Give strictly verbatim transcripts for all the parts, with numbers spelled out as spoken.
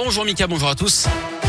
Bonjour Mika, bonjour à tous.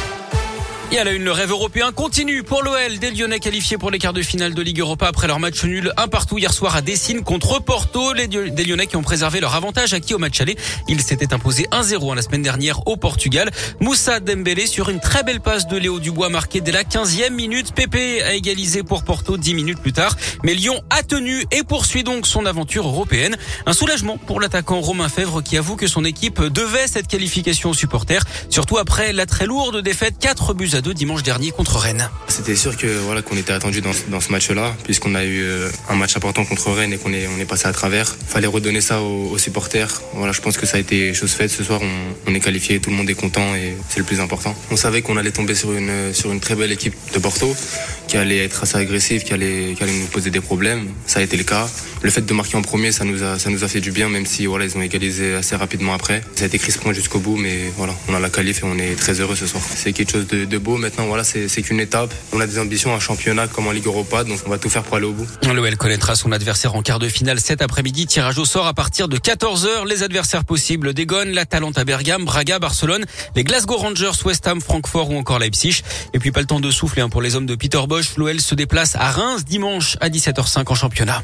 Et à la une, le rêve européen continue pour l'O L. Des Lyonnais qualifiés pour les quarts de finale de Ligue Europa après leur match nul un partout hier soir à Dessine contre Porto. Les des Lyonnais qui ont préservé leur avantage acquis au match aller. Ils s'étaient imposés un zéro la semaine dernière au Portugal. Moussa Dembélé sur une très belle passe de Léo Dubois marquée dès la quinzième minute. Pépé a égalisé pour Porto dix minutes plus tard. Mais Lyon a tenu et poursuit donc son aventure européenne. Un soulagement pour l'attaquant Romain Fèvre qui avoue que son équipe devait cette qualification aux supporters. Surtout après la très lourde défaite quatre buts à deux dimanche dernier contre Rennes. C'était sûr que voilà qu'on était attendu dans, dans ce match-là, puisqu'on a eu euh, un match important contre Rennes et qu'on est on est passé à travers. Fallait redonner ça aux, aux supporters. Voilà, je pense que ça a été chose faite. Ce soir, on, on est qualifié, tout le monde est content et c'est le plus important. On savait qu'on allait tomber sur une sur une très belle équipe de Porto, qui allait être assez agressive, qui allait qui allait nous poser des problèmes. Ça a été le cas. Le fait de marquer en premier, ça nous a ça nous a fait du bien, même si voilà ils ont égalisé assez rapidement après. Ça a été crispant jusqu'au bout, mais voilà, on a la qualif et on est très heureux ce soir. C'est quelque chose de, de beau. Maintenant, voilà, c'est, c'est qu'une étape. On a des ambitions en championnat comme en Ligue Europa, donc on va tout faire pour aller au bout. L'O L connaîtra son adversaire en quart de finale cet après-midi. Tirage au sort à partir de quatorze heures. Les adversaires possibles d'Egon, l'Atalanta Bergame, Braga, Barcelone, les Glasgow Rangers, West Ham, Francfort ou encore Leipzig. Et puis pas le temps de souffler hein, pour les hommes de Peter Bosz. L'O L se déplace à Reims dimanche à dix-sept heures cinq en championnat.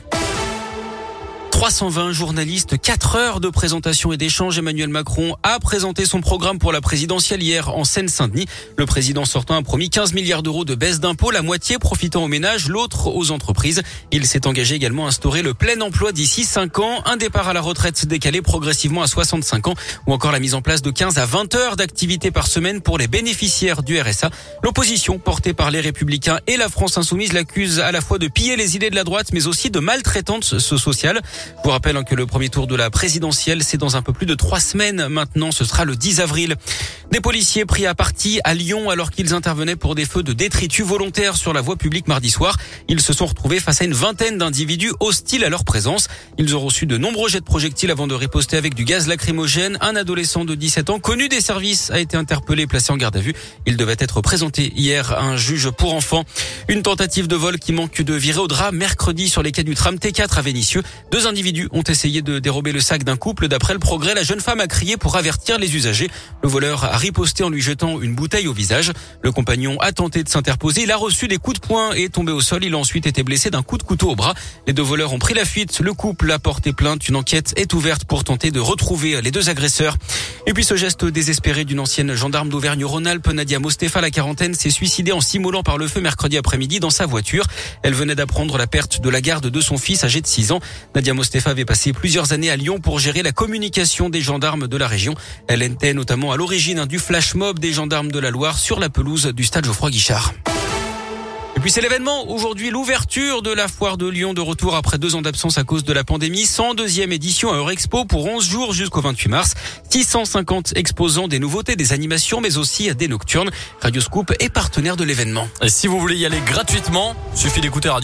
trois cent vingt journalistes, quatre heures de présentation et d'échange. Emmanuel Macron a présenté son programme pour la présidentielle hier en Seine-Saint-Denis. Le président sortant a promis quinze milliards d'euros de baisse d'impôts, la moitié profitant aux ménages, l'autre aux entreprises. Il s'est engagé également à instaurer le plein emploi d'ici cinq ans, un départ à la retraite décalé progressivement à soixante-cinq ans ou encore la mise en place de quinze à vingt heures d'activité par semaine pour les bénéficiaires du R S A. L'opposition, portée par les Républicains et la France Insoumise, l'accuse à la fois de piller les idées de la droite mais aussi de maltraitance sociale. Je vous rappelle que le premier tour de la présidentielle, c'est dans un peu plus de trois semaines maintenant. Ce sera le dix avril. Des policiers pris à partie à Lyon alors qu'ils intervenaient pour des feux de détritus volontaires sur la voie publique mardi soir. Ils se sont retrouvés face à une vingtaine d'individus hostiles à leur présence. Ils ont reçu de nombreux jets de projectiles avant de riposter avec du gaz lacrymogène. Un adolescent de dix-sept ans, connu des services, a été interpellé et placé en garde à vue. Il devait être présenté hier à un juge pour enfants. Une tentative de vol qui manque de virer au drap mercredi sur les quais du tram T quatre à Vénissieux. Deux individus ont essayé de dérober le sac d'un couple. D'après le Progrès, la jeune femme a crié pour avertir les usagers. Le voleur a riposté en lui jetant une bouteille au visage. Le compagnon a tenté de s'interposer. Il a reçu des coups de poing et est tombé au sol. Il a ensuite été blessé d'un coup de couteau au bras. Les deux voleurs ont pris la fuite. Le couple a porté plainte. Une enquête est ouverte pour tenter de retrouver les deux agresseurs. Et puis ce geste désespéré d'une ancienne gendarme d'Auvergne-Rhône-Alpes, Nadia Mostefa, la quarantaine, s'est suicidée en s'immolant par le feu mercredi après-midi dans sa voiture. Elle venait d'apprendre la perte de la garde de son fils âgé de six ans. Nadia Mostefa avait passé plusieurs années à Lyon pour gérer la communication des gendarmes de la région. Elle était notamment à l'origine du flash mob des gendarmes de la Loire sur la pelouse du stade Geoffroy-Guichard. Et puis c'est l'événement aujourd'hui, l'ouverture de la foire de Lyon de retour après deux ans d'absence à cause de la pandémie. cent deuxième édition à Eurexpo pour onze jours jusqu'au vingt-huit mars. six cent cinquante exposants, des nouveautés, des animations, mais aussi des nocturnes. Radio Scoop est partenaire de l'événement. Et si vous voulez y aller gratuitement, suffit d'écouter Radio